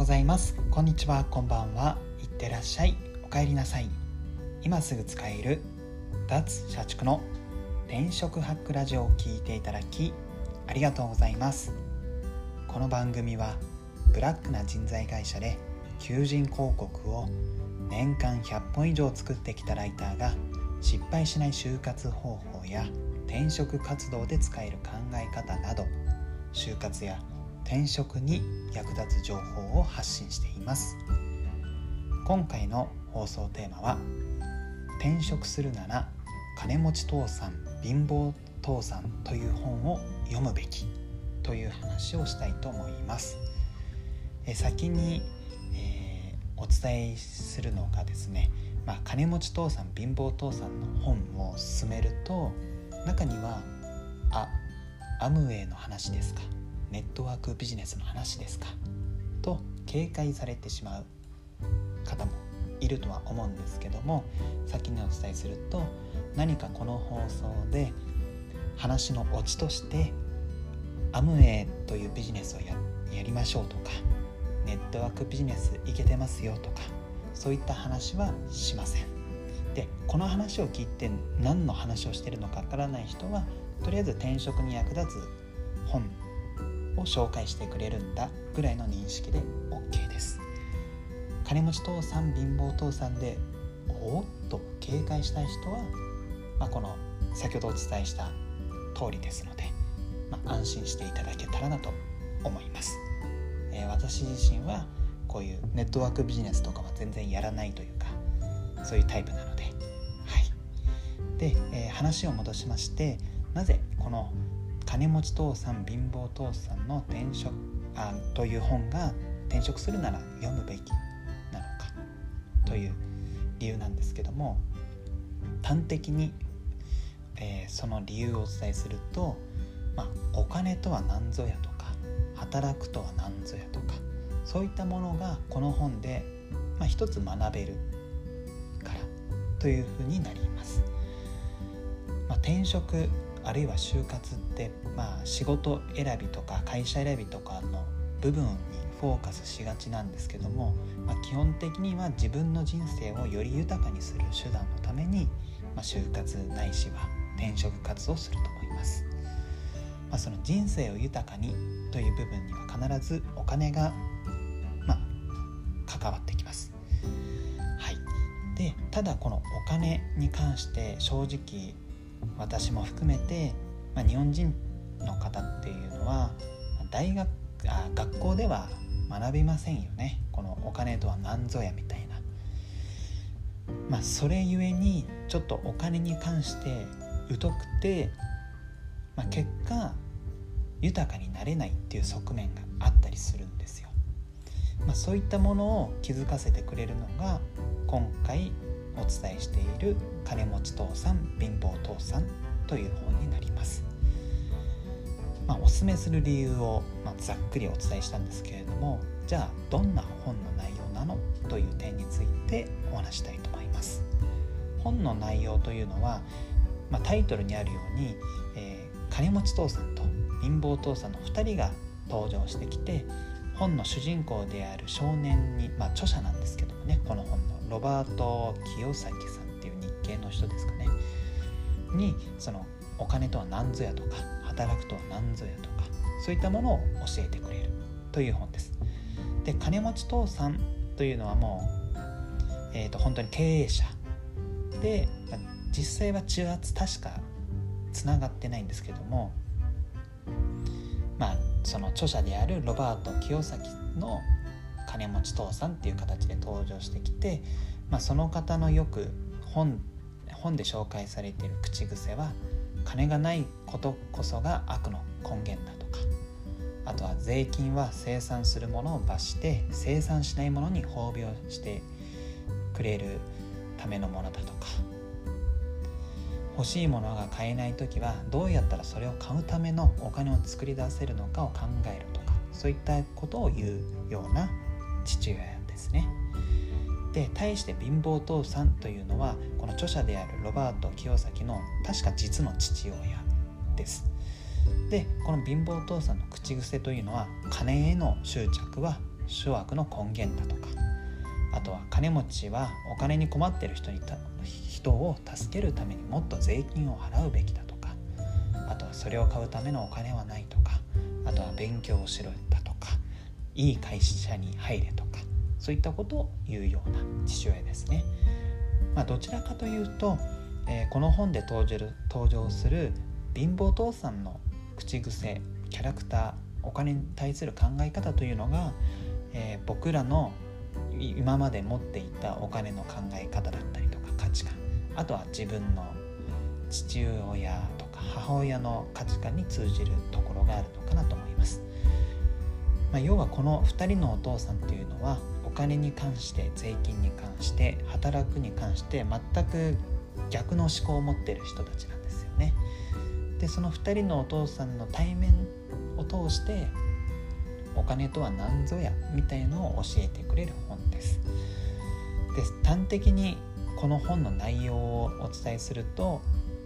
ございます。こんにちは、こんばんは、いってらっしゃい、お帰りなさい。今すぐ使える脱社畜の転職ハックラジオを聞いていただきありがとうございます。この番組はブラックな人材会社で求人広告を年間100本以上作ってきたライターが失敗しない就活方法や転職活動で使える考え方など、就活や転職に役立つ情報を発信しています。今回の放送テーマは、転職するなら金持ち父さん貧乏父さんという本を読むべきという話をしたいと思います。先に、お伝えするのがですね、金持ち父さん貧乏父さんの本を進めると、中にはアムウェイの話ですか、ネットワークビジネスの話ですかと警戒されてしまう方もいるとは思うんですけども、先にお伝えすると、何かこの放送で話のオチとしてアムウェイというビジネスを やりましょうとか、ネットワークビジネスいけてますよとか、そういった話はしません。で、この話を聞いて何の話をしているのかわからない人は、とりあえず転職に役立つ本を紹介してくれるんだぐらいの認識で OK です。金持ち父さん貧乏父さんでおっと警戒したい人は、この先ほどお伝えした通りですので、安心していただけたらなと思います。私自身はこういうネットワークビジネスとかは全然やらないというか、そういうタイプなので、で、話を戻しまして、なぜこの金持ち父さん貧乏父さんの転職という本が転職するなら読むべきなのかという理由なんですけども、端的に、その理由をお伝えすると、お金とは何ぞやとか、働くとは何ぞやとか、そういったものがこの本で、一つ学べるからというふうになります。転職あるいは就活って、仕事選びとか会社選びとかの部分にフォーカスしがちなんですけども、基本的には自分の人生をより豊かにする手段のために、就活ないしは転職活動をすると思います。その人生を豊かにという部分には必ずお金が、関わってきます。で、ただこのお金に関して正直私も含めて、日本人の方っていうのは学校では学びませんよね。このお金とは何ぞやみたいな。それゆえにちょっとお金に関して疎くて、結果豊かになれないっていう側面があったりするんですよ。そういったものを気づかせてくれるのが今回お伝えしている金持ち父さん貧乏父さんという本になります。おすすめする理由を、ざっくりお伝えしたんですけれども、じゃあどんな本の内容なのという点についてお話したいと思います。本の内容というのは、タイトルにあるように、金持ち父さんと貧乏父さんの2人が登場してきて、本の主人公である少年に、著者なんですけどもね、この本のロバート清崎さんっていう日系の人ですかねに、そのお金とは何ぞやとか、働くとは何ぞやとか、そういったものを教えてくれるという本です。で、金持ち父さんというのはもう、本当に経営者で、実際は血は確かつながってないんですけども、その著者であるロバート清崎の金持ち父さんっていう形で登場してきて、その方のよく本で紹介されている口癖は、金がないことこそが悪の根源だとか、あとは税金は生産するものを罰して生産しないものに褒美をしてくれるためのものだとか、欲しいものが買えないときはどうやったらそれを買うためのお金を作り出せるのかを考えるとか、そういったことを言うような父親ですね。で、対して貧乏父さんというのは、この著者であるロバート清崎の確か実の父親です。で、この貧乏父さんの口癖というのは、金への執着は諸悪の根源だとか、あとは金持ちはお金に困っている人を助けるためにもっと税金を払うべきだとか、あとはそれを買うためのお金はないとか、あとは勉強をしろだとか、いい会社に入れとか、そういったことを言うような父親ですね。どちらかというと、この本で登場する貧乏父さんの口癖、キャラクター、お金に対する考え方というのが、僕らの今まで持っていたお金の考え方だったりとか価値観、あとは自分の父親とか母親の価値観に通じるところがあるのかなと思います。要はこの2人のお父さんというのは、お金に関して、税金に関して、働くに関して全く逆の思考を持っている人たちなんですよね。でその2人のお父さんの対面を通して、お金とは何ぞやみたいのを教えてくれる本です。で端的にこの本の内容をお伝えすると、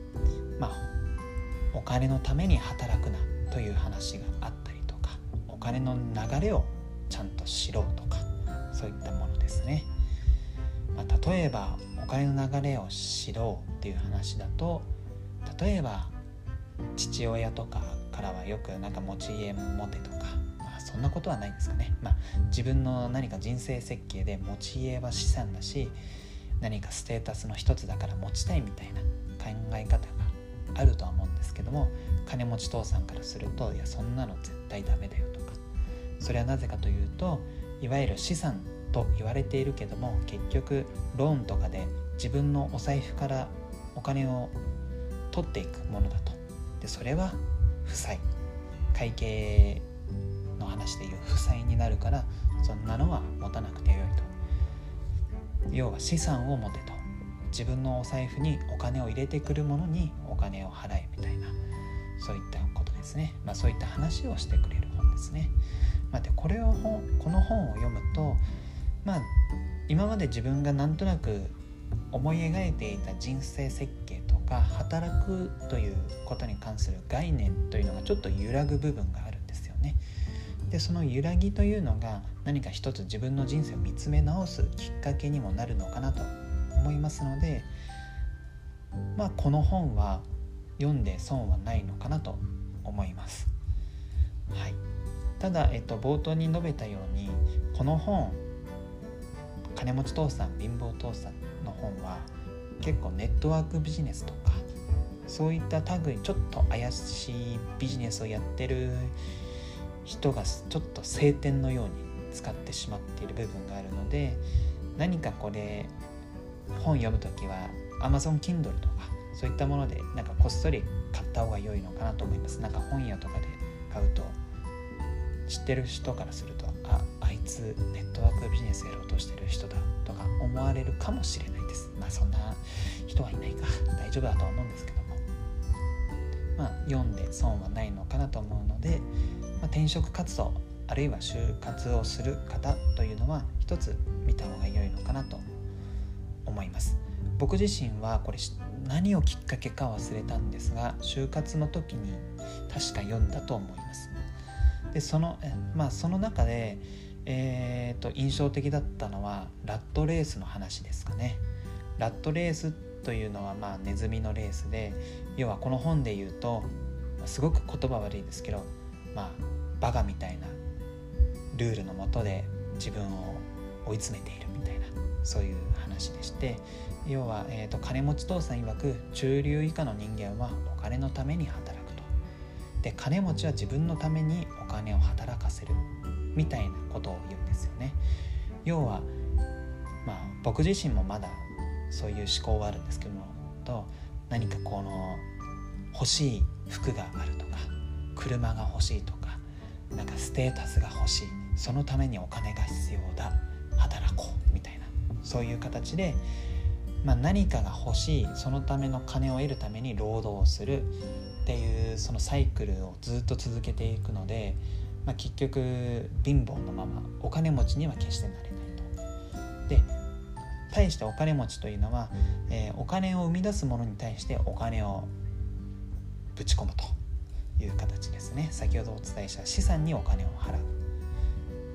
お金のために働くなという話があったりとか、お金の流れをちゃんと知ろうとか、そういったものですね。例えばお金の流れを知ろうっていう話だと、例えば父親とかからはよく持ち家持てとか、そんなことはないんですかね。自分の何か人生設計で持ち家は資産だし、何かステータスの一つだから持ちたいみたいな考え方があるとは思うんですけども、金持ち父さんからすると、いやそんなの絶対ダメだよとか、それはなぜかというと、いわゆる資産と言われているけども、結局ローンとかで自分のお財布からお金を取っていくものだと。でそれは負債、会計の話でいう負債になるから、そんなのは持たなくてよいと。要は資産を持てと、自分のお財布にお金を入れてくるものにお金を払えみたいな、そういったことですね。そういった話をしてくれる本ですね。でこの本を読むと、今まで自分がなんとなく思い描いていた人生設計とか働くということに関する概念というのがちょっと揺らぐ部分があるんですよね。でその揺らぎというのが何か一つ自分の人生を見つめ直すきっかけにもなるのかなと思いますので、この本は読んで損はないのかなと思います。はい。ただ、冒頭に述べたように、この本、金持ち父さん貧乏父さんの本は結構ネットワークビジネスとか、そういった類ちょっと怪しいビジネスをやってる人がちょっと聖典のように使ってしまっている部分があるので、何かこれ本読むときは Amazon Kindle とかそういったものでこっそり買った方が良いのかなと思います。本屋とかで買うと知ってる人からすると、あいつネットワークビジネスやろうとしてる人だとか思われるかもしれないです。そんな人はいないか、大丈夫だとは思うんですけども、読んで損はないのかなと思うので、転職活動あるいは就活をする方というのは一つ見た方が良いのかなと思います。僕自身はこれ何をきっかけか忘れたんですが、就活の時に確か読んだと思います。でその中で、印象的だったのはラットレースの話ですかね。ラットレースというのはネズミのレースで、要はこの本で言うとすごく言葉悪いですけど、バカみたいなルールの下で自分を追い詰めているみたいな、そういう話でして、要は、金持ち父さん曰く中流以下の人間はお金のために働くと。で金持ちは自分のためにお金を働かせるみたいなことを言うんですよね。要は、僕自身もまだそういう思考はあるんですけども、何かこの欲しい服があるとか、車が欲しいとか、ステータスが欲しい、そのためにお金が必要だ、働こうみたいな、そういう形で、何かが欲しい、そのための金を得るために労働をするっていうそのサイクルをずっと続けていくので、結局貧乏のままお金持ちには決してなれないと。で対してお金持ちというのは、お金を生み出すものに対してお金をぶち込むという形ですね。先ほどお伝えした資産にお金を払う。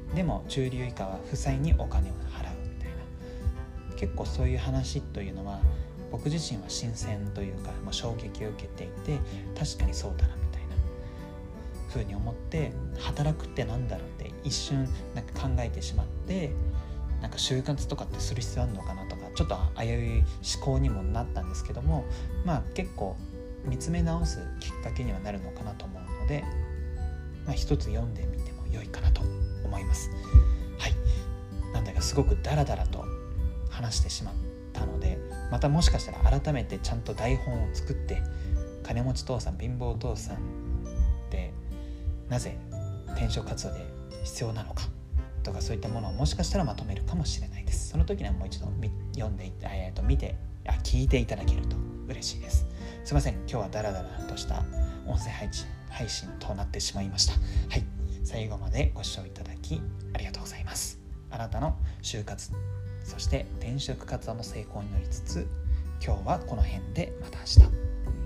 でも中流以下は負債にお金を払うみたいな、結構そういう話というのは僕自身は新鮮というか、衝撃を受けていて、確かにそうだなみたいな風に思って、働くってなんだろうって一瞬なんか考えてしまって、なんか就活とかってする必要あるのかなとか、ちょっと危うい思考にもなったんですけども、結構見つめ直すきっかけにはなるのかなと思うので、一つ読んでみても良いかなと思います。はい、なんだかすごくダラダラと話してしまったので、またもしかしたら改めてちゃんと台本を作って、金持ち父さん貧乏父さんってなぜ転職活動で必要なのかとか、そういったものをもしかしたらまとめるかもしれないです。その時にはもう一度読んで見て聞いていただけると嬉しいです。すいません、今日はダラダラとした音声配信となってしまいました。はい、最後までご視聴いただきありがとうございます。あなたの就活、そして転職活動の成功になりつつ、今日はこの辺で、また明日。